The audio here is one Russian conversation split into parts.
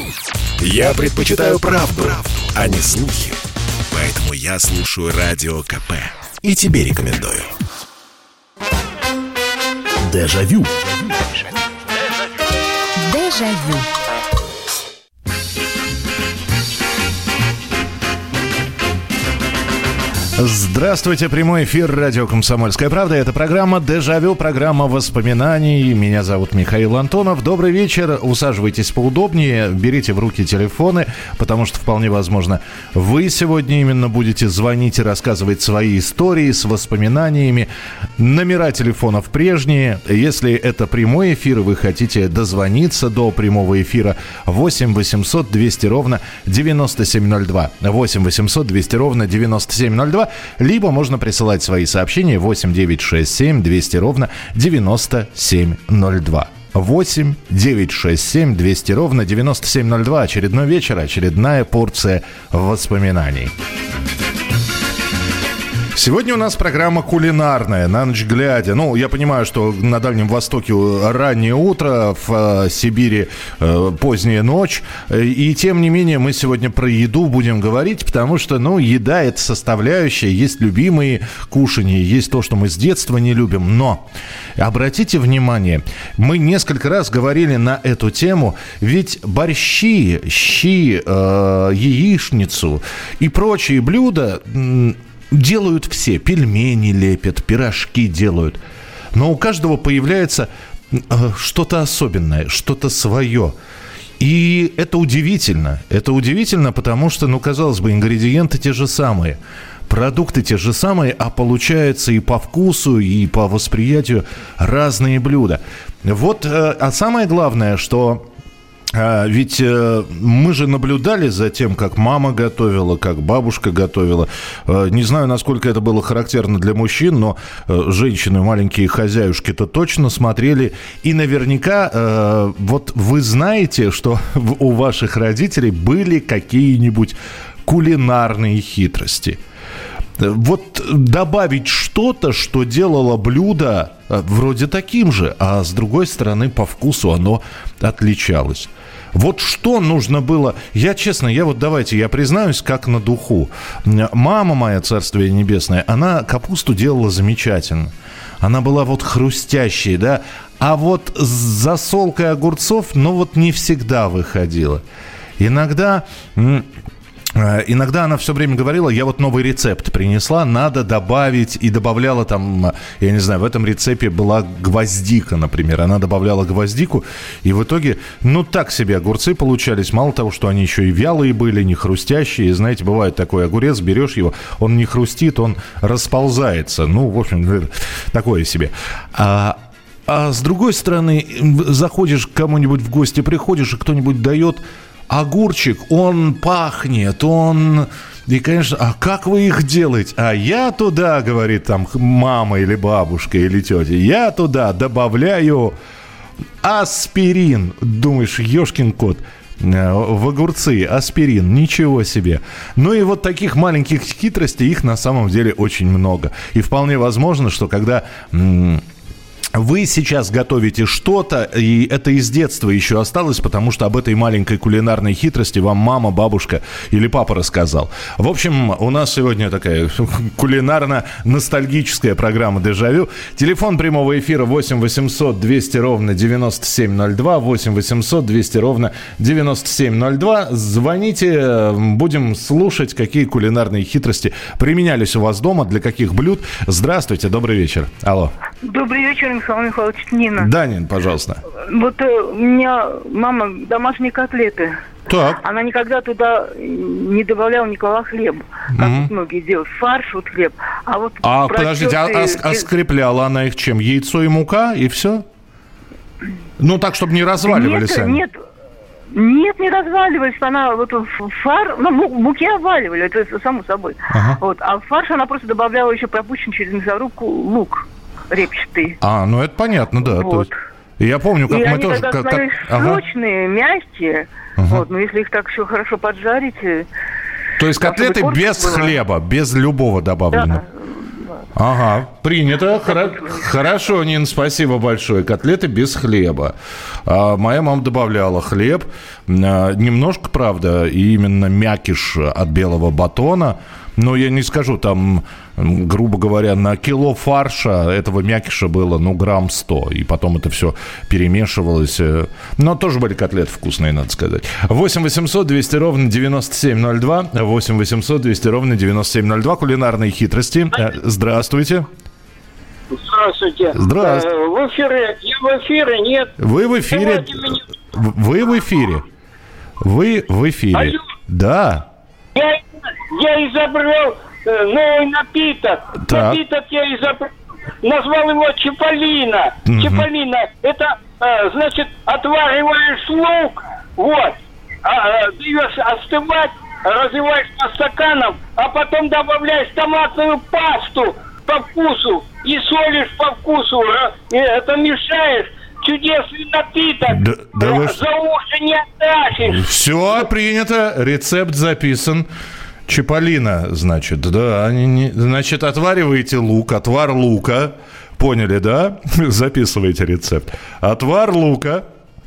Я предпочитаю правду, а не слухи. Поэтому я слушаю Радио КП. И тебе рекомендую. Дежавю. Дежавю. Здравствуйте, прямой эфир радио «Комсомольская правда». Это программа «Дежавю», программа воспоминаний. Меня зовут Михаил Антонов. Добрый вечер. Усаживайтесь поудобнее, берите в руки телефоны, потому что вполне возможно, вы сегодня именно будете звонить и рассказывать свои истории с воспоминаниями. Номера телефонов прежние. Если это прямой эфир, и вы хотите дозвониться до прямого эфира, 8 800 200 ровно 9702. 8 800 200 ровно 9702. Либо можно присылать свои сообщения 8 967 200 ровно 9702. 8 967 200 ровно 9702. Очередной вечер, очередная порция воспоминаний. Сегодня у нас программа кулинарная, на ночь глядя. Ну, я понимаю, что на Дальнем Востоке раннее утро, в Сибири поздняя ночь. И тем не менее мы сегодня про еду будем говорить, потому что, ну, еда – это составляющая. Есть любимые кушанья, есть то, что мы с детства не любим. Но обратите внимание, мы несколько раз говорили на эту тему, ведь борщи, щи, яичницу и прочие блюда делают все. Пельмени лепят, пирожки делают. Но у каждого появляется что-то особенное, что-то свое. И это удивительно. Это удивительно, потому что, ну, казалось бы, ингредиенты те же самые. Продукты те же самые, а получается и по вкусу, и по восприятию разные блюда. Вот, а самое главное, что... Ведь мы же наблюдали за тем, как мама готовила, как бабушка готовила. Не знаю, насколько это было характерно для мужчин, но женщины, маленькие хозяюшки-то точно смотрели. И наверняка, вот вы знаете, что у ваших родителей были какие-нибудь кулинарные хитрости. Вот добавить что-то, что делало блюдо вроде таким же, а с другой стороны по вкусу оно отличалось. Вот что нужно было... Я признаюсь, как на духу. Мама моя, царствие небесное, она капусту делала замечательно. Она была вот хрустящей, да? А вот с засолкой огурцов, ну вот не всегда выходила. Иногда она все время говорила, я вот новый рецепт принесла, надо добавить, и добавляла там, я не знаю, в этом рецепте была гвоздика, например. Она добавляла гвоздику, и в итоге, ну, так себе огурцы получались. Мало того, что они еще и вялые были, не хрустящие. Знаете, бывает такой огурец, берешь его, он не хрустит, он расползается. Ну, в общем, такое себе. А с другой стороны, заходишь к кому-нибудь в гости, приходишь, и кто-нибудь дает... огурчик, он пахнет, И, конечно, а как вы их делаете? А я туда, говорит там мама или бабушка или тетя, я туда добавляю аспирин. Думаешь, ешкин кот, в огурцы аспирин, ничего себе. Ну и вот таких маленьких хитростей, их на самом деле очень много. И вполне возможно, что когда... вы сейчас готовите что-то, и это из детства еще осталось, потому что об этой маленькой кулинарной хитрости вам мама, бабушка или папа рассказал. В общем, у нас сегодня такая кулинарно-ностальгическая программа «Дежавю». Телефон прямого эфира 8 800 200 ровно 9702, 8 800 200 ровно 9702. Звоните, будем слушать, какие кулинарные хитрости применялись у вас дома, для каких блюд. Здравствуйте, добрый вечер. Алло. Добрый вечер, Михаил Михайлович, Нина. Да, Нин, пожалуйста. Вот у меня мама домашние котлеты. Так. Она никогда туда не добавляла, не клала хлеб. Как вот многие делают. Фарш, вот хлеб. Подождите, а скрепляла она их чем? Яйцо и мука, и все? Ну, так, чтобы не разваливались сами. Нет, не разваливались. Она вот муки обваливали, это само собой. Ага. Вот. А в фарш она просто добавляла еще пропущенный через мясорубку лук репчатый. Ну это понятно, да. Вот. То есть, я помню, как и мы тоже... И они тогда сочные, мягкие. Вот, но если их так еще хорошо поджарить... То есть котлеты без хлеба, без любого добавленного? Да. Ага, принято. Хорошо, Нин, спасибо большое. Котлеты без хлеба. Моя мама добавляла хлеб. Немножко, правда, именно мякиш от белого батона. Но я не скажу, там, грубо говоря, на кило фарша этого мякиша было, грамм 100. И потом это все перемешивалось. Но тоже были котлеты вкусные, надо сказать. 8 800 200 ровно 9702. 8 800 200 ровно 9702. Кулинарные хитрости. Здравствуйте. Здравствуйте. Здравствуйте. В эфире? Я в эфире, нет? Вы в эфире. Вы в эфире. Вы в эфире. Алло. Да. Я изобрел новый напиток. Так. Напиток я изобрел. Назвал его Чиполлино. Угу. Чиполлино. Это, значит, отвариваешь лук, вот, даешь остывать, разливаешь по стаканам, а потом добавляешь томатную пасту по вкусу и солишь по вкусу. И это мешаешь. Чудесный напиток. Да вы... За уши не оттащишь. Все принято. Рецепт записан. Чиполлино, значит, да. Значит, отвариваете лук, отвар лука. Поняли, да? Записывайте рецепт. Отвар лука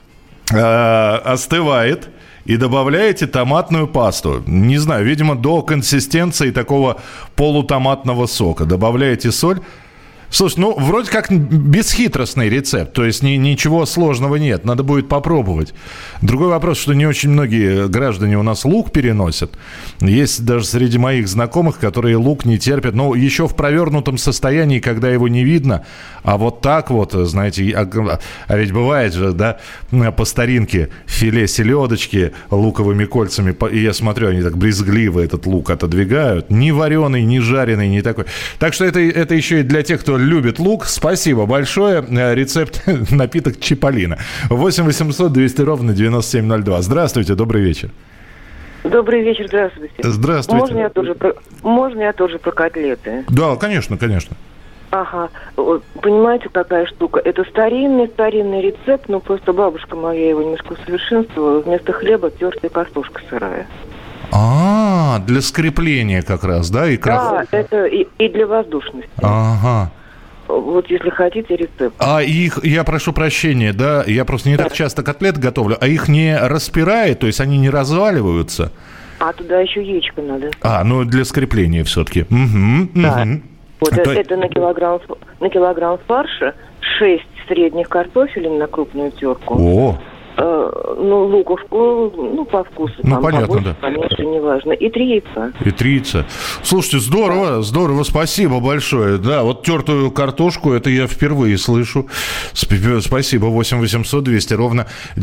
остывает. И добавляете томатную пасту. Не знаю, видимо, до консистенции такого полутоматного сока. Добавляете соль. Слушай, вроде как бесхитростный рецепт, то есть ничего сложного нет, надо будет попробовать. Другой вопрос, что не очень многие граждане у нас лук переносят. Есть даже среди моих знакомых, которые лук не терпят, но еще в провернутом состоянии, когда его не видно, а вот так вот, знаете, а ведь бывает же, да, по старинке филе селедочки луковыми кольцами, и я смотрю, они так брезгливо этот лук отодвигают, ни вареный, ни жареный, ни такой. Так что это еще и для тех, кто любит лук. Спасибо большое. Рецепт напиток Чиполлино. 8 800 200 ровно 9702. Здравствуйте, добрый вечер. Добрый вечер, здравствуйте. Здравствуйте. Можно я тоже про котлеты? Да, конечно, конечно. Ага. Понимаете, какая штука? Это старинный рецепт, но просто бабушка моя его немножко усовершенствовала. Вместо хлеба тертая картошка сырая. Для скрепления как раз, да? Да, это и для воздушности. Ага. Вот если хотите рецепт. Я прошу прощения, да, я просто не так часто котлет готовлю, а их не распирает, то есть они не разваливаются? А туда еще яичко надо. Для скрепления все-таки. Угу, да. Угу. Вот это на килограмм фарша 6 средних картофелин на крупную терку. О! Луковку, по вкусу. Понятно, побольше, да. Поменьше, неважно. И 3 яйца. И 3 яйца. Слушайте, здорово, спасибо большое. Да, вот тертую картошку, это я впервые слышу. Спасибо, 8 800 200 ровно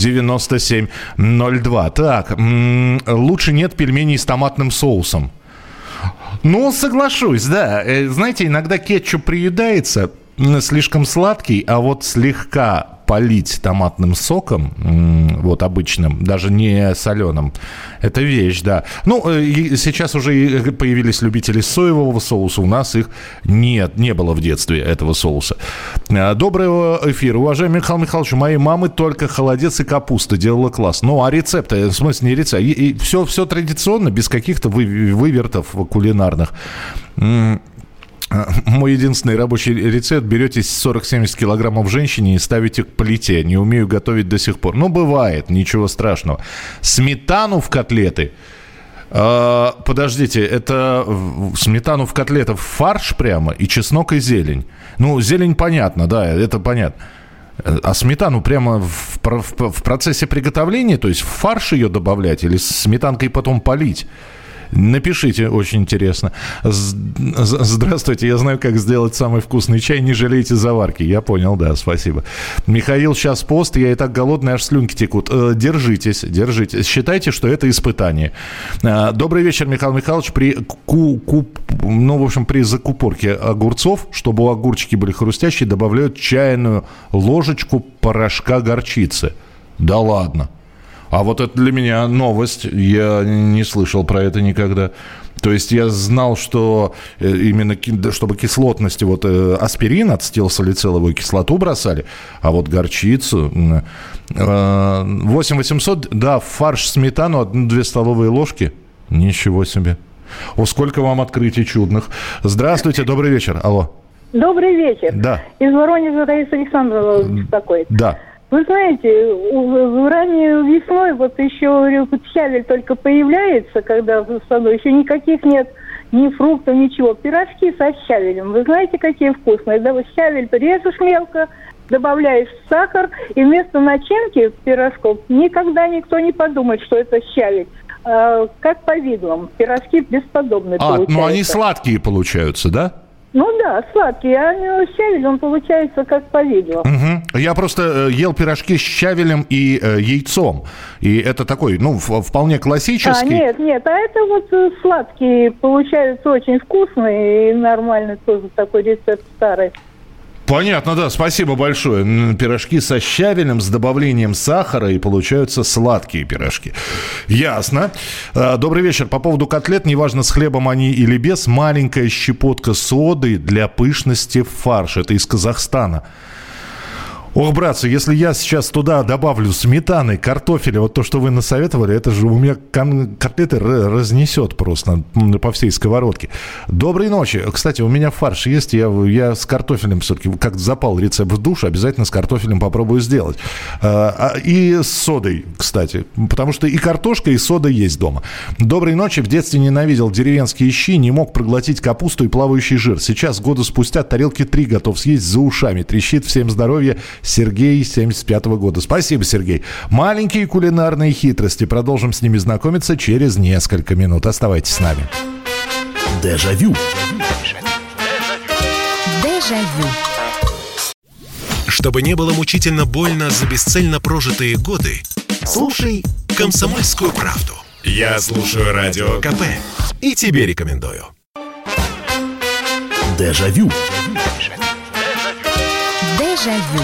9702. Так, лучше нет пельменей с томатным соусом. Соглашусь, да. Знаете, иногда кетчуп приедается, слишком сладкий, а вот слегка полить томатным соком, вот обычным, даже не соленым, это вещь, да. Сейчас уже появились любители соевого соуса, у нас их не было в детстве, этого соуса. Доброго эфира. Уважаемый Михаил Михайлович, у моей мамы только холодец и капуста делала класс. А рецепты, в смысле не рецепт, и все традиционно, без каких-то вывертов кулинарных. Мой единственный рабочий рецепт: берете 40-70 килограммов женщине и ставите к плите. Не умею готовить до сих пор. Бывает, ничего страшного. Сметану в котлеты. Подождите, это сметану в котлеты в фарш прямо и чеснок и зелень. Зелень понятно, да, это понятно. А сметану прямо в процессе приготовления, то есть в фарш ее добавлять или сметанкой потом полить? Напишите, очень интересно. Здравствуйте, я знаю, как сделать самый вкусный чай, не жалейте заварки. Я понял, да, спасибо. Михаил, сейчас пост, я и так голодный, аж слюнки текут. Держитесь. Считайте, что это испытание. Добрый вечер, Михаил Михайлович. При закупорке огурцов, чтобы у огурчики были хрустящие, добавляют чайную ложечку порошка горчицы. Да ладно. А вот это для меня новость. Я не слышал про это никогда. То есть я знал, что именно чтобы кислотности, аспирин, ацетилсалициловую кислоту бросали, а вот горчицу... 8 800, да, в фарш сметану 1-2 столовые ложки. Ничего себе. О, сколько вам открытий чудных. Здравствуйте, добрый вечер. Алло. Добрый вечер. Да. Из Воронежа Раиса Александровна беспокоит. Да. Вы знаете, ранней весной вот еще щавель только появляется, когда в саду еще никаких нет ни фруктов, ничего. Пирожки со щавелем. Вы знаете, какие вкусные? Да, вот щавель режешь мелко, добавляешь сахар, и вместо начинки пирожков никогда никто не подумает, что это щавель. Как повидлом. Пирожки бесподобные получаются. Ну они сладкие получаются, да? Ну да, сладкие, а щавель, он получается как повидло. Угу. Я просто ел пирожки с щавелем и яйцом. И это такой, ну, вполне классический. Нет, а это вот сладкие получаются очень вкусные и нормальный тоже такой рецепт старый. Понятно, да, спасибо большое. Пирожки со щавелем, с добавлением сахара, и получаются сладкие пирожки. Ясно. Добрый вечер. По поводу котлет, неважно, с хлебом они или без, маленькая щепотка соды для пышности в фарш. Это из Казахстана. Ох, братцы, если я сейчас туда добавлю сметаны, картофеля, вот то, что вы насоветовали, это же у меня котлеты разнесет просто по всей сковородке. Доброй ночи. Кстати, у меня фарш есть, я с картофелем все-таки, как запал рецепт в душ, обязательно с картофелем попробую сделать. И с содой, кстати, потому что и картошка, и сода есть дома. Доброй ночи. В детстве ненавидел деревенские щи, не мог проглотить капусту и плавающий жир. Сейчас, года спустя, тарелки 3 готов съесть за ушами. Трещит. Всем здоровья. Сергей, 75-го года. Спасибо, Сергей. Маленькие кулинарные хитрости. Продолжим с ними знакомиться через несколько минут. Оставайтесь с нами. Дежавю. Дежавю. Чтобы не было мучительно больно за бесцельно прожитые годы, слушай «Комсомольскую правду». Я слушаю Радио КП и тебе рекомендую. Дежавю. Дежавю.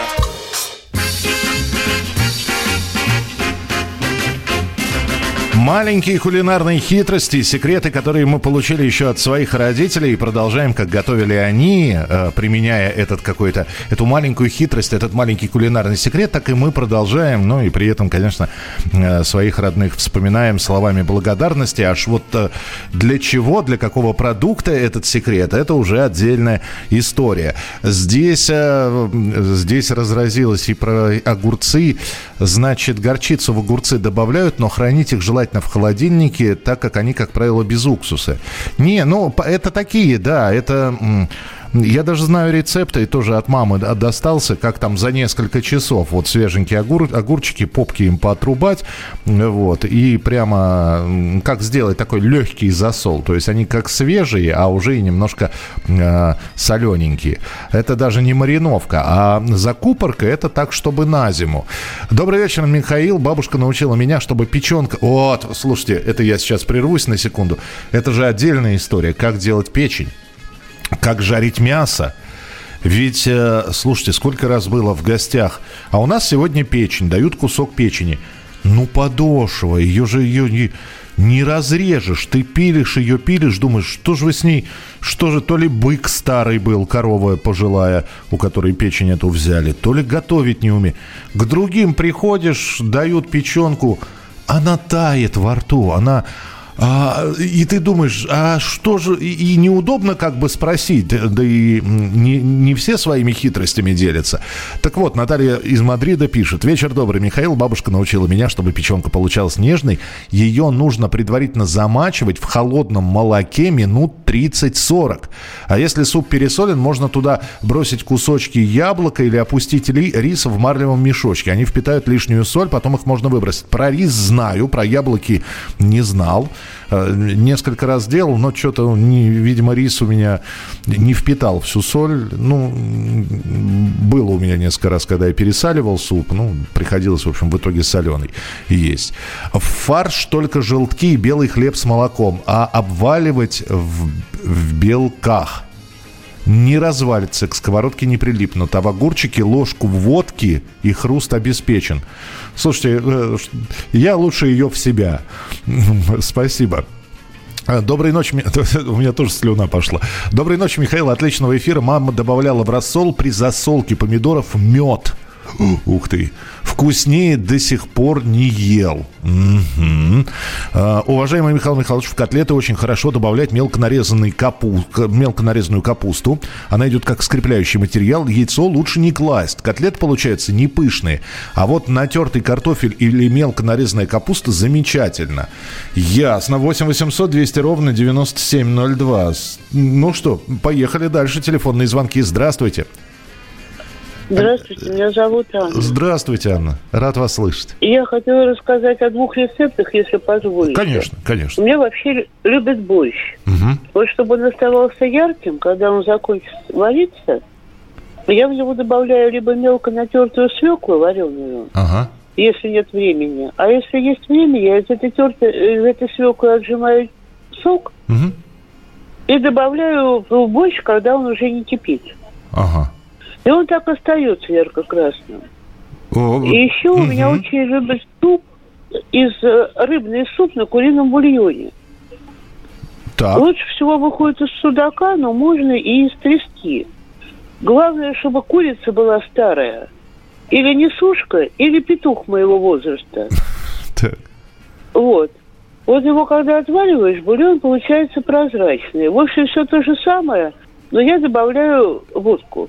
Маленькие кулинарные хитрости, секреты, которые мы получили еще от своих родителей, и продолжаем, как готовили они, применяя эту маленькую хитрость, этот маленький кулинарный секрет, так и мы продолжаем, ну и при этом, конечно, своих родных вспоминаем словами благодарности. Аж вот для чего, для какого продукта этот секрет, это уже отдельная история. Здесь разразилось и про огурцы. Значит, горчицу в огурцы добавляют, но хранить их желательно в холодильнике, так как они, как правило, без уксуса. Это такие, да, это... Я даже знаю рецепты, и тоже от мамы достался, как там за несколько часов вот свеженькие огурчики, попки им поотрубать, вот, и прямо как сделать такой легкий засол. То есть они как свежие, а уже и немножко солененькие. Это даже не мариновка, а закупорка, это так, чтобы на зиму. Добрый вечер, Михаил. Бабушка научила меня, чтобы печенка... Вот, слушайте, это я сейчас прервусь на секунду. Это же отдельная история, как делать печень. Как жарить мясо. Ведь, слушайте, сколько раз было в гостях. А у нас сегодня печень, дают кусок печени. Ну, подошва, ее не разрежешь. Ты пилишь, думаешь, что же вы с ней... Что же, то ли бык старый был, корова пожилая, у которой печень эту взяли, то ли готовить не умеет. К другим приходишь, дают печенку, она тает во рту, и ты думаешь, а что же... И неудобно как бы спросить, да и не все своими хитростями делятся. Так вот, Наталья из Мадрида пишет. Вечер добрый, Михаил. Бабушка научила меня, чтобы печенка получалась нежной. Ее нужно предварительно замачивать в холодном молоке минут 30-40. А если суп пересолен, можно туда бросить кусочки яблока или опустить рис в марлевом мешочке. Они впитают лишнюю соль, потом их можно выбросить. Про рис знаю, про яблоки не знал. Несколько раз делал, но что-то, видимо, рис у меня не впитал всю соль. Было у меня несколько раз, когда я пересаливал суп. Приходилось, в общем, в итоге соленый есть. Фарш только желтки и белый хлеб с молоком, а обваливать в белках. Не развалится, к сковородке не прилипнут, а в огурчике ложку водки и хруст обеспечен. Слушайте, я лучше ее в себя. Спасибо. Доброй ночи. У меня тоже слюна пошла. Доброй ночи, Михаил. Отличного эфира. Мама добавляла в рассол при засолке помидоров мед. Ух ты. Вкуснее до сих пор не ел. Уважаемый Михаил Михайлович, в котлеты очень хорошо добавлять мелко нарезанную капусту. Она идет как скрепляющий материал. Яйцо лучше не класть. Котлеты получаются не пышные. А вот натертый картофель или мелко нарезанная капуста замечательно. Ясно. 8 800 200 ровно 9702. Ну что, поехали дальше. Телефонные звонки. Здравствуйте. Здравствуйте, меня зовут Анна. Здравствуйте, Анна. Рад вас слышать. Я хотела рассказать о 2 рецептах, если позволите. Конечно, конечно. Мне вообще любят борщ. Угу. Вот чтобы он оставался ярким, когда он закончит вариться, я в него добавляю либо мелко натертую свеклу вареную, если нет времени. А если есть время, я из этой свеклы отжимаю сок и добавляю в борщ, когда он уже не кипит. И он так остается ярко-красным. И еще у меня очень любят рыбный суп на курином бульоне. Так. Лучше всего выходит из судака, но можно и из трески. Главное, чтобы курица была старая. Или несушка, или петух моего возраста. Так. Вот его, когда отвариваешь, бульон получается прозрачный. В общем, все то же самое, но я добавляю водку.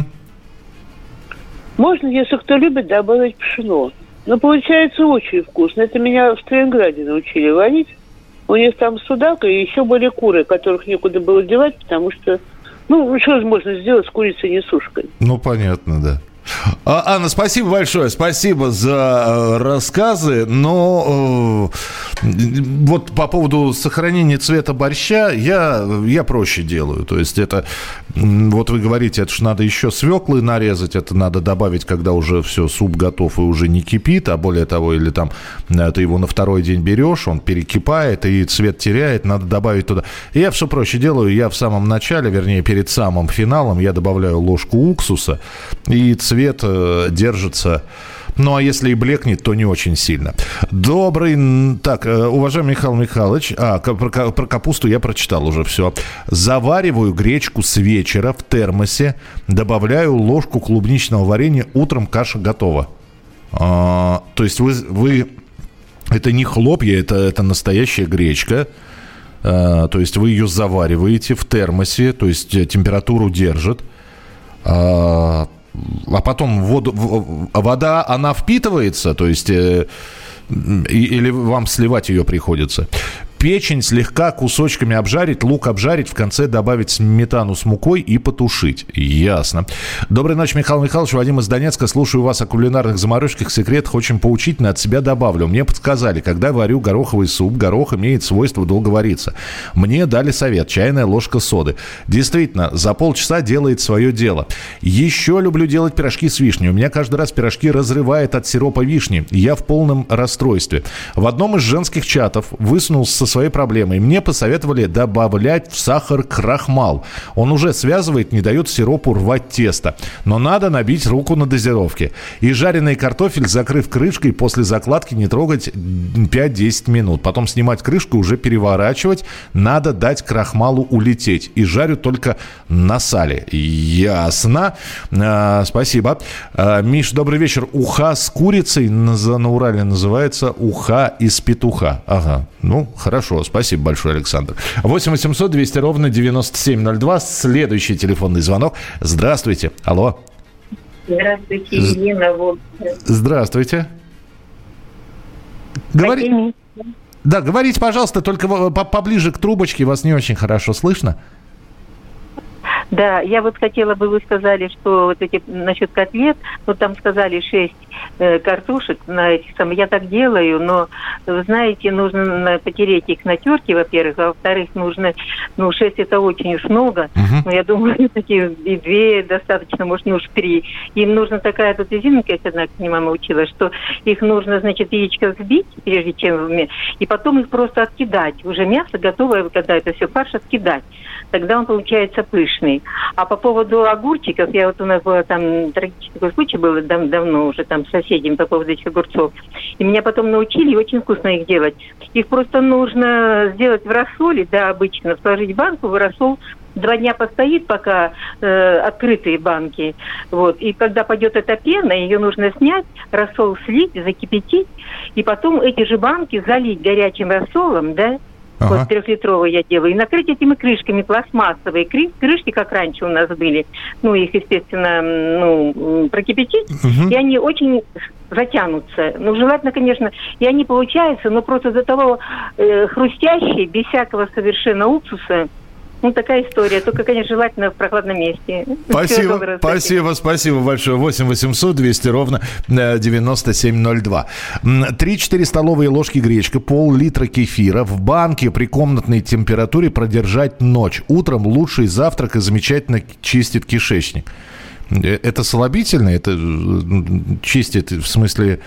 Можно, если кто любит, добавить пшено. Но получается очень вкусно. Это меня в Сталинграде научили варить. У них там судак и еще были куры, которых некуда было девать, потому что, что можно сделать с курицей-несушкой? Понятно, да. Анна, спасибо большое, спасибо за рассказы, но вот по поводу сохранения цвета борща я проще делаю, то есть это, вот вы говорите, это ж надо еще свеклы нарезать, это надо добавить, когда уже все, суп готов и уже не кипит, а более того, или там ты его на второй день берешь, он перекипает и цвет теряет, надо добавить туда. Я все проще делаю, я в самом начале, вернее перед самым финалом, я добавляю ложку уксуса, и цвет держится. Ну, а если и блекнет, то не очень сильно. Так, уважаемый Михаил Михайлович, про капусту я прочитал уже все. Завариваю гречку с вечера в термосе, добавляю ложку клубничного варенья, утром каша готова. То есть вы это не хлопья, это настоящая гречка. То есть вы ее завариваете в термосе, то есть температуру держит. А потом вода, она впитывается, то есть или вам сливать ее приходится. Печень слегка кусочками обжарить, лук обжарить, в конце добавить сметану с мукой и потушить. Ясно. Доброй ночи, Михаил Михайлович. Вадим из Донецка. Слушаю вас о кулинарных заморочках, секретах. Очень поучительно, от себя добавлю. Мне подсказали, когда варю гороховый суп, горох имеет свойство долго вариться. Мне дали совет. Чайная ложка соды. Действительно, за полчаса делает свое дело. Еще люблю делать пирожки с вишней. У меня каждый раз пирожки разрывает от сиропа вишни. Я в полном расстройстве. В одном из женских чатов высунулся со своей проблемой. Мне посоветовали добавлять в сахар крахмал. Он уже связывает, не дает сиропу рвать тесто. Но надо набить руку на дозировке. И жареный картофель, закрыв крышкой, после закладки не трогать 5-10 минут. Потом снимать крышку и уже переворачивать. Надо дать крахмалу улететь. И жарю только на сале. Ясно. Спасибо. Миш, добрый вечер. Уха с курицей на Урале называется уха из петуха. Ага. Хорошо, спасибо большое, Александр. 8 800 200 ровно 9702. Следующий телефонный звонок. Здравствуйте. Алло. Здравствуйте, Елена. Здравствуйте. Да, говорите, пожалуйста, только поближе к трубочке. Вас не очень хорошо слышно. Да, я хотела бы, вы сказали, что эти насчет котлет, там сказали 6 картошек на этих самых. Я так делаю, но, вы знаете, нужно потереть их на терке, во-первых, а во-вторых, нужно, 6 это очень уж много, но я думаю, такие и 2 достаточно, может, не уж 3. Им нужна такая тут резинка, если одна к ней мама учила, что их нужно, яичко взбить, прежде чем, и потом их просто откидать. Уже мясо готовое, когда это все фарш, откидать. Тогда он получается пышный. А по поводу огурчиков, у нас был там трагический такой случай был давно уже там с соседями по поводу этих огурцов. И меня потом научили очень вкусно их делать. Их просто нужно сделать в рассоле, да, обычно, сложить в банку, в рассол 2 дня постоит, пока открытые банки. Вот. И когда пойдет эта пена, ее нужно снять, рассол слить, закипятить, и потом эти же банки залить горячим рассолом, да, вот 3-литровые я делаю, и накрыть этими крышками пластмассовые. Крышки, как раньше у нас были, ну, их, естественно, прокипятить, и они очень затянутся. Ну, желательно, конечно, и они получаются, но просто до того хрустящие, без всякого совершенно уксуса. Ну, такая история. Только, конечно, желательно в прохладном месте. Спасибо большое. 8 800 200 ровно 9702. 3-4 столовые ложки гречка, пол-литра кефира в банке при комнатной температуре продержать ночь. Утром лучший завтрак и замечательно чистит кишечник. Это слабительно? Это чистит, в смысле...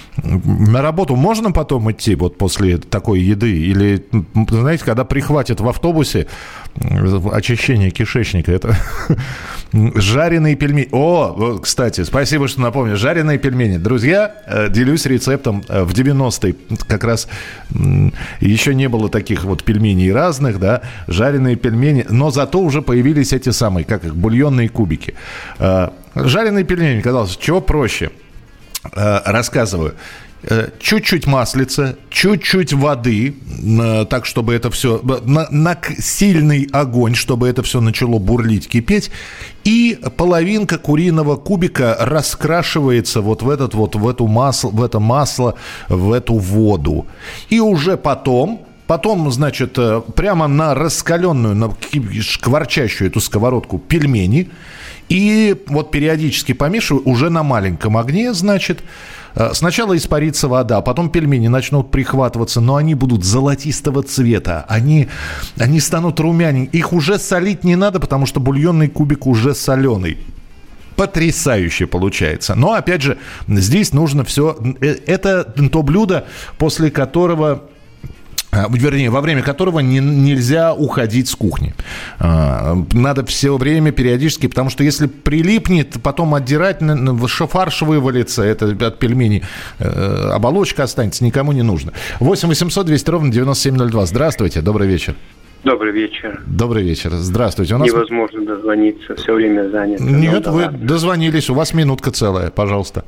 На работу можно потом идти вот после такой еды? Или, знаете, когда прихватят в автобусе очищение кишечника, это жареные пельмени. О, кстати, спасибо, что напомнили. Жареные пельмени. Друзья, делюсь рецептом. В 90-е как раз еще не было таких вот пельменей разных, да, жареные пельмени. Но зато уже появились эти самые, как их, бульонные кубики. Жареные пельмени, казалось, чего проще? Рассказываю. Чуть-чуть маслица, чуть-чуть воды, так, чтобы это все... На сильный огонь, чтобы это все начало бурлить, кипеть. И половинка куриного кубика раскрашивается вот в это масло, в эту воду. И уже потом, значит, прямо на раскаленную, на шкварчащую эту сковородку пельмени. И вот периодически помешиваю уже на маленьком огне, значит. Сначала испарится вода, потом пельмени начнут прихватываться, но они будут золотистого цвета. Они станут румяненькими. Их уже солить не надо, потому что бульонный кубик уже соленый. Потрясающе получается. Но, опять же, здесь нужно все... Это то блюдо, после которого... Вернее, во время которого нельзя уходить с кухни. Надо все время периодически, потому что если прилипнет, потом отдирать, фарш вывалится, это от пельменей, оболочка останется, никому не нужно. 8 800 200 ровно 9702. Здравствуйте, добрый вечер. Добрый вечер. Добрый вечер. Здравствуйте. Невозможно дозвониться, все время занято. Нет, вы дозвонились, у вас минутка целая, пожалуйста.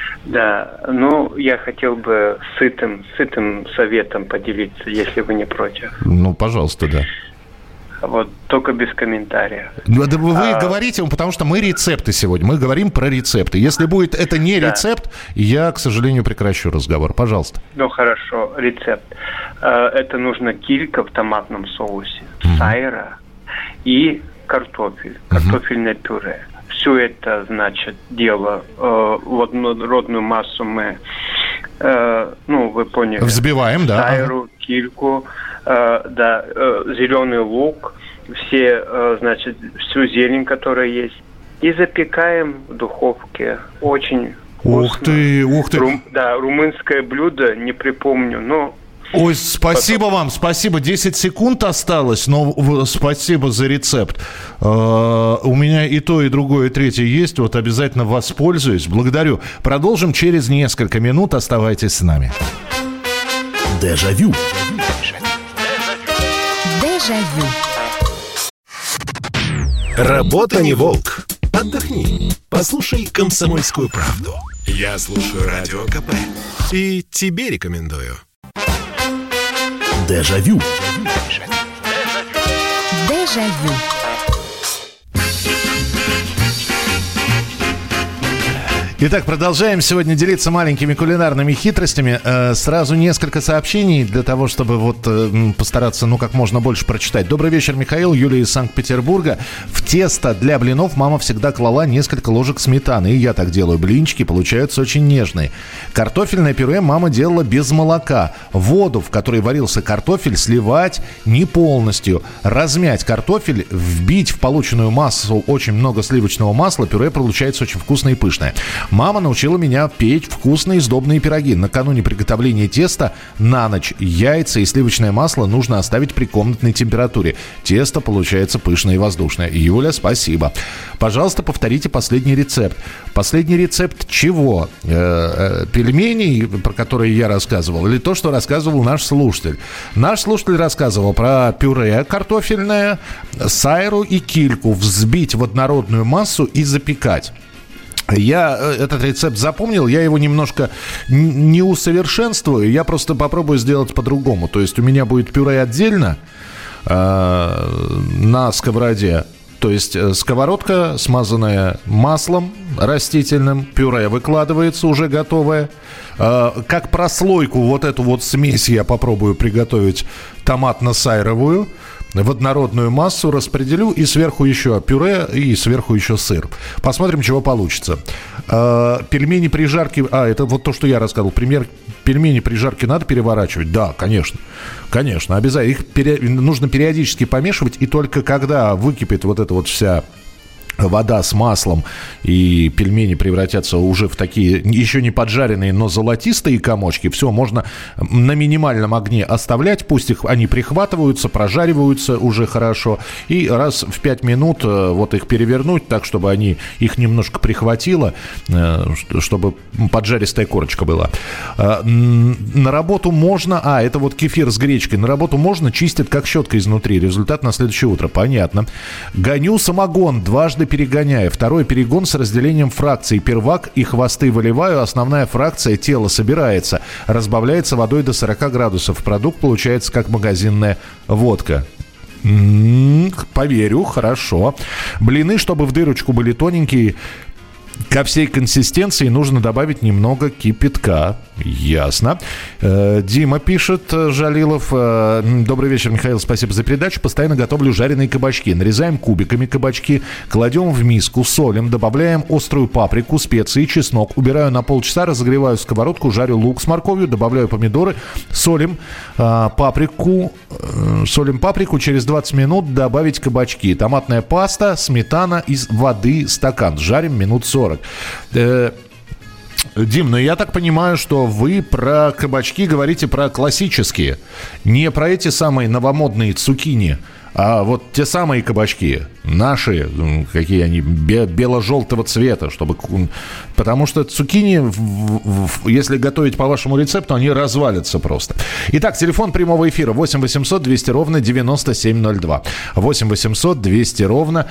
Да, ну, я хотел бы сытым советом поделиться, если вы не против. Ну, пожалуйста, да. Вот, только без комментариев. Вы говорите, потому что мы рецепты сегодня, мы говорим про рецепты. Если будет это не рецепт, я, к сожалению, прекращу разговор. Пожалуйста. Ну, хорошо, рецепт. Это нужно килька в томатном соусе, сайра и картофель, картофельное пюре. Все это, значит, дело в однородную массу мы, вы поняли. Взбиваем, да. Сайру, кильку, зеленый лук, значит, всю зелень, которая есть. И запекаем в духовке. Очень вкусно. Ух ты. Румынское блюдо, не припомню, но... Ой, спасибо вам, спасибо. 10 секунд осталось, но спасибо за рецепт. У меня и то, и другое, и третье есть. Вот обязательно воспользуюсь. Благодарю. Продолжим через несколько минут. Оставайтесь с нами. Дежавю. Дежавю. Работа не волк. Отдохни. Послушай «Комсомольскую правду». Я слушаю Радио КП. И тебе рекомендую. Дежавю. Дежавю. Итак, продолжаем сегодня делиться маленькими кулинарными хитростями. Сразу несколько сообщений для того, чтобы постараться, как можно больше прочитать. Добрый вечер, Михаил. Юлия из Санкт-Петербурга. В тесто для блинов мама всегда клала несколько ложек сметаны. И я так делаю. Блинчики получаются очень нежные. Картофельное пюре мама делала без молока. Воду, в которой варился картофель, сливать не полностью. Размять картофель, вбить в полученную массу очень много сливочного масла. Пюре получается очень вкусное и пышное. Мама научила меня печь вкусные сдобные пироги. Накануне приготовления теста на ночь яйца и сливочное масло нужно оставить при комнатной температуре. Тесто получается пышное и воздушное. Юля, спасибо. Пожалуйста, повторите последний рецепт. Последний рецепт чего? Пельменей, про которые я рассказывал, или то, что рассказывал наш слушатель? Наш слушатель рассказывал про пюре картофельное, сайру и кильку взбить в однородную массу и запекать. Я этот рецепт запомнил, я его немножко не усовершенствую, я просто попробую сделать по-другому. То есть у меня будет пюре отдельно на сковороде. То есть сковородка, смазанная маслом растительным, пюре выкладывается уже готовое. Как прослойку вот эту вот смесь я попробую приготовить томатно-сайровую. В однородную массу распределю, и сверху еще пюре, и сверху еще сыр. Посмотрим, чего получится. Пельмени при жарке... это вот то, что я рассказывал. Пельмени при жарке надо переворачивать? Да, конечно. Конечно, обязательно. Их нужно периодически помешивать, и только когда выкипит вот эта вот вся... вода с маслом, и пельмени превратятся уже в такие еще не поджаренные, но золотистые комочки. Все, можно на минимальном огне оставлять, пусть они прихватываются, прожариваются уже хорошо, и раз в 5 минут вот их перевернуть так, чтобы их немножко прихватило, чтобы поджаристая корочка была. На работу можно... это вот кефир с гречкой. На работу можно, чистят как щеткой изнутри. Результат на следующее утро. Понятно. Гоню самогон, дважды перегоняю. Второй перегон с разделением фракций. Первак и хвосты выливаю. Основная фракция тела собирается. Разбавляется водой до 40 градусов. Продукт получается как магазинная водка. Поверю, хорошо. Блины, чтобы в дырочку были тоненькие. Ко всей консистенции нужно добавить немного кипятка. Ясно. Дима пишет, Жалилов. Добрый вечер, Михаил, спасибо за передачу. Постоянно готовлю жареные кабачки. Нарезаем кубиками кабачки, кладем в миску, солим, добавляем острую паприку, специи, чеснок. Убираю на полчаса, разогреваю сковородку, жарю лук с морковью, добавляю помидоры, солим паприку. Через 20 минут добавить кабачки. Томатная паста, сметана из воды, стакан. Жарим минут 40. Дим, я так понимаю, что вы про кабачки говорите про классические. Не про эти самые новомодные цукини, а вот те самые кабачки. Наши, какие они, бело-желтого цвета. Потому что цукини, если готовить по вашему рецепту, они развалятся просто. Итак, телефон прямого эфира 8 800 200 ровно 9702. 8 800 200 ровно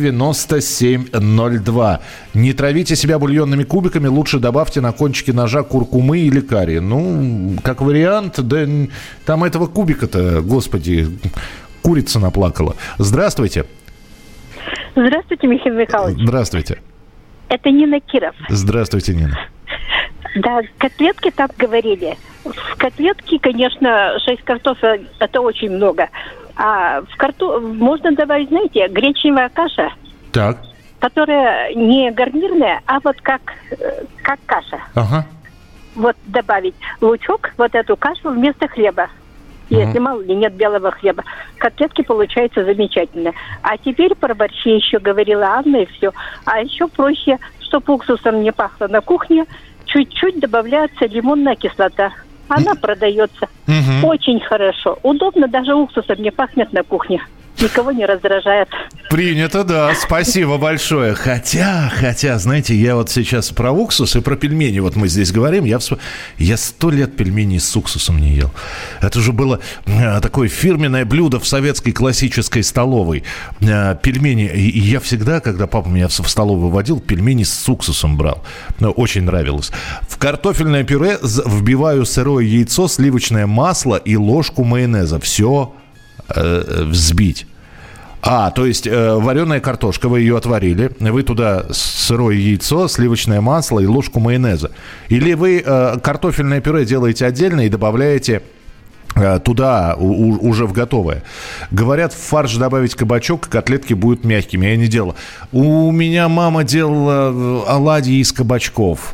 9702. Не травите себя бульонными кубиками, лучше добавьте на кончике ножа куркумы или карри. Как вариант, да там этого кубика-то, господи, курица наплакала. Здравствуйте. Здравствуйте, Михаил Михайлович. Здравствуйте. Это Нина Киров. Здравствуйте, Нина. Да, котлетки так говорили. В котлетке, конечно, 6 картофель – это очень много. А можно добавить, знаете, гречневая каша. Так. Которая не гарнирная, а вот как каша. Ага. Вот добавить лучок, вот эту кашу вместо хлеба. Если мало ли нет белого хлеба. Котлетки получаются замечательно. А теперь про борщи еще говорила Анна, и все. А еще проще, чтобы уксусом не пахло на кухне, чуть-чуть добавляется лимонная кислота. Она продается. Очень хорошо. Удобно, даже уксусом не пахнет на кухне. Никого не раздражает. Принято, да. Спасибо большое. Хотя, знаете, я вот сейчас про уксус и про пельмени вот мы здесь говорим. Я 100 лет пельменей с уксусом не ел. Это же было такое фирменное блюдо в советской классической столовой. Пельмени. И я всегда, когда папа меня в столовую водил, пельмени с уксусом брал. Очень нравилось. В картофельное пюре вбиваю сырое яйцо, сливочное масло и ложку майонеза. Все взбить. То есть вареная картошка, вы ее отварили, вы туда сырое яйцо, сливочное масло и ложку майонеза. Или вы картофельное пюре делаете отдельно и добавляете туда уже в готовое. Говорят, в фарш добавить кабачок, котлетки будут мягкими. Я не делал. У меня мама делала оладьи из кабачков.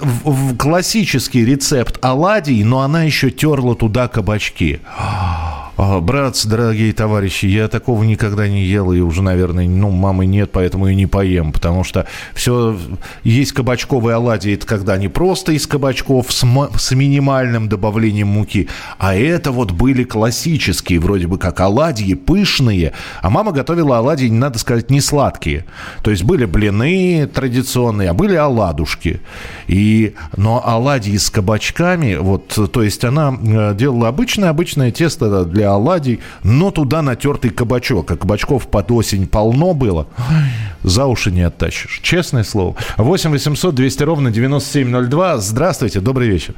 Классический рецепт оладий, но она еще терла туда кабачки. Братцы, дорогие товарищи, я такого никогда не ел, и уже, наверное, мамы нет, поэтому и не поем, потому что все, есть кабачковые оладьи, это когда они просто из кабачков с минимальным добавлением муки, а это вот были классические, вроде бы как оладьи, пышные, а мама готовила оладьи, надо сказать, не сладкие, то есть были блины традиционные, а были оладушки, но оладьи с кабачками, вот, то есть она делала обычное тесто для оладий, но туда натертый кабачок. А кабачков под осень полно было. За уши не оттащишь. Честное слово. 8 800 200 ровно 9702. Здравствуйте, добрый вечер.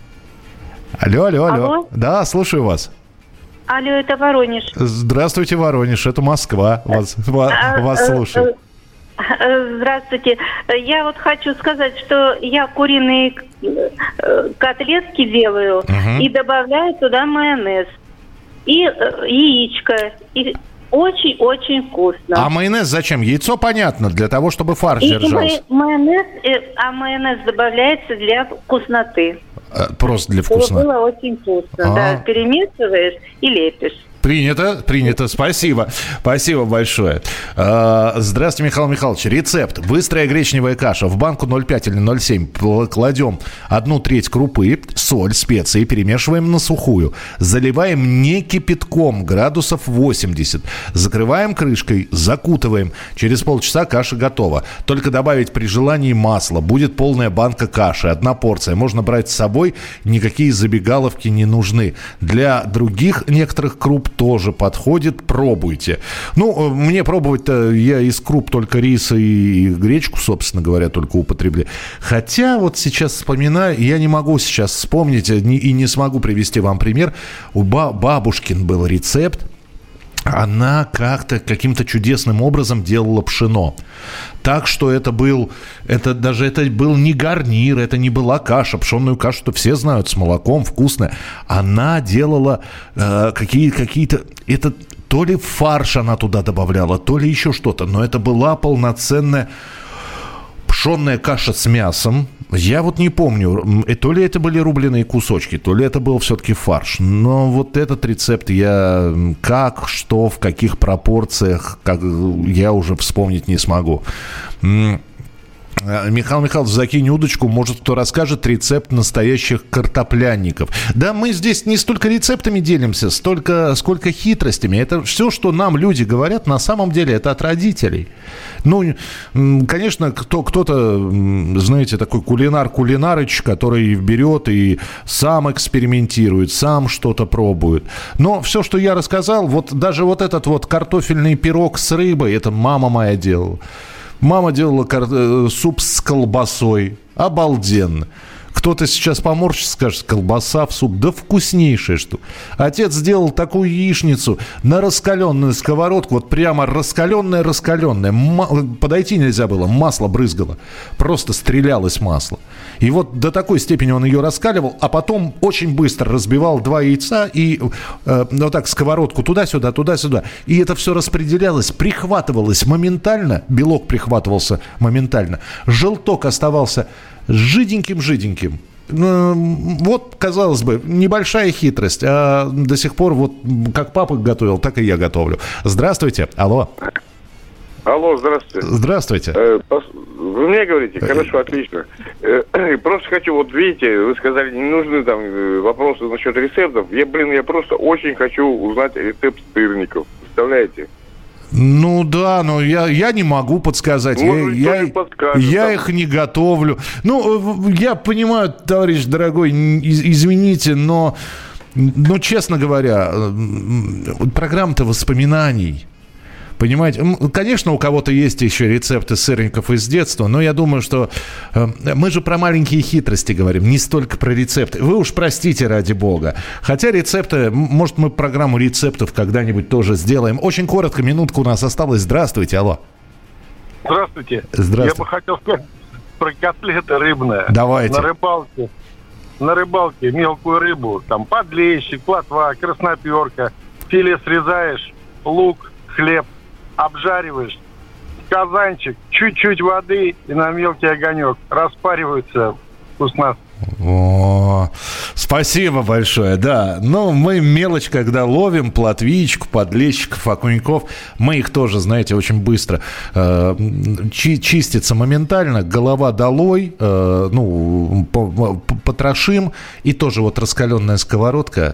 Алло. Да, слушаю вас. Алло, это Воронеж. Здравствуйте, Воронеж. Это Москва. Вас слушаю. Здравствуйте. Я вот хочу сказать, что я куриные котлетки делаю и добавляю туда майонез. И яичко. И очень-очень вкусно. А майонез зачем? Яйцо понятно, для того, чтобы фарш держался. Майонез добавляется для вкусноты. Просто для вкусноты. Чтобы было очень вкусно. Да, перемешиваешь и лепишь. Принято. Спасибо большое. Здравствуйте, Михаил Михайлович. Рецепт. Быстрая гречневая каша. В банку 0,5 или 0,7 кладем 1/3 крупы, соль, специи, перемешиваем на сухую. Заливаем не кипятком, градусов 80. Закрываем крышкой, закутываем. Через полчаса каша готова. Только добавить при желании масло. Будет полная банка каши. 1 порция. Можно брать с собой. Никакие забегаловки не нужны. Для других некоторых круп тоже подходит, пробуйте. Мне пробовать-то я из круп только рис и гречку, собственно говоря, только употребляю. Хотя вот сейчас вспоминаю, я не могу сейчас вспомнить и не смогу привести вам пример. У бабушкин был рецепт. Она каким-то чудесным образом делала пшено. Так что это был не гарнир, это не была каша. Пшенную кашу-то все знают, с молоком, вкусная. Она делала какие-то... Это то ли фарш она туда добавляла, то ли еще что-то. Но это была полноценная пшенная каша с мясом. Я вот не помню, то ли это были рубленые кусочки, то ли это был все-таки фарш. Но вот этот рецепт я что, в каких пропорциях, я уже вспомнить не смогу. Михаил Михайлович, закинь удочку, может, кто расскажет рецепт настоящих картоплянников. Да, мы здесь не столько рецептами делимся, сколько хитростями. Это все, что нам люди говорят, на самом деле, это от родителей. Конечно, кто-то, знаете, такой кулинарыч, который берет и сам экспериментирует, сам что-то пробует. Но все, что я рассказал, даже этот картофельный пирог с рыбой, это мама моя делала. Мама делала суп с колбасой. Обалденно. Кто-то сейчас поморщится, скажет, колбаса в суп. Да вкуснейшая штука. Отец сделал такую яичницу на раскаленную сковородку. Вот прямо раскаленная. Подойти нельзя было. Масло брызгало. Просто стрелялось масло. И вот до такой степени он ее раскаливал. А потом очень быстро разбивал 2 яйца. И сковородку туда-сюда, туда-сюда. И это все распределялось, прихватывалось моментально. Белок прихватывался моментально. Желток оставался жиденьким. Вот, казалось бы, небольшая хитрость, а до сих пор как папа готовил, так и я готовлю. Здравствуйте, алло. Алло, здравствуйте. Здравствуйте. Вы мне говорите? Хорошо, отлично. Просто хочу, видите, вы сказали, не нужны там вопросы насчет рецептов. Я просто очень хочу узнать рецепт сырников. Представляете? Да, но я не могу подсказать. Я их не готовлю. Я понимаю, товарищ дорогой, извините, но честно говоря, программа-то воспоминаний. Понимаете? Конечно, у кого-то есть еще рецепты сырников из детства, но я думаю, что мы же про маленькие хитрости говорим, не столько про рецепты. Вы уж простите, ради бога. Хотя рецепты, может, мы программу рецептов когда-нибудь тоже сделаем. Очень коротко, минутка у нас осталась. Здравствуйте, алло. Здравствуйте. Я бы хотел сказать про котлеты рыбные. Давайте. На рыбалке мелкую рыбу, там подлещик, плотва, красноперка, филе срезаешь, лук, хлеб, обжариваешь, казанчик, чуть-чуть воды и на мелкий огонек. Распариваются вкусно. Спасибо большое, да. Но мы мелочь, когда ловим плотвичку, подлещиков, окуньков, мы их тоже, знаете, очень быстро чистится моментально, голова долой, потрошим, и тоже вот раскаленная сковородка.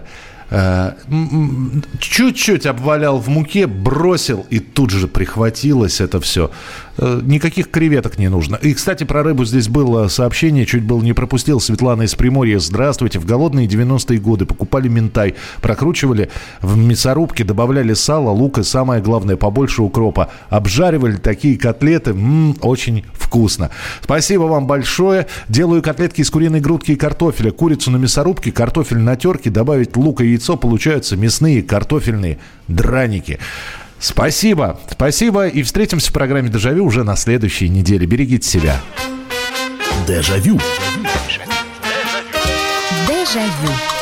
Чуть-чуть обвалял в муке, бросил, и тут же прихватилось это все. Никаких креветок не нужно. И, кстати, про рыбу здесь было сообщение, чуть было не пропустил. Светлана из Приморья. Здравствуйте. В голодные 90-е годы покупали минтай, прокручивали в мясорубке, добавляли сало, лук и, самое главное, побольше укропа. Обжаривали такие котлеты. Очень вкусно. Спасибо вам большое. Делаю котлетки из куриной грудки и картофеля. Курицу на мясорубке, картофель на терке, добавить лук и яйцо. Получаются мясные картофельные драники. Спасибо. Спасибо. И встретимся в программе «Дежавю» уже на следующей неделе. Берегите себя. Дежавю. Дежавю.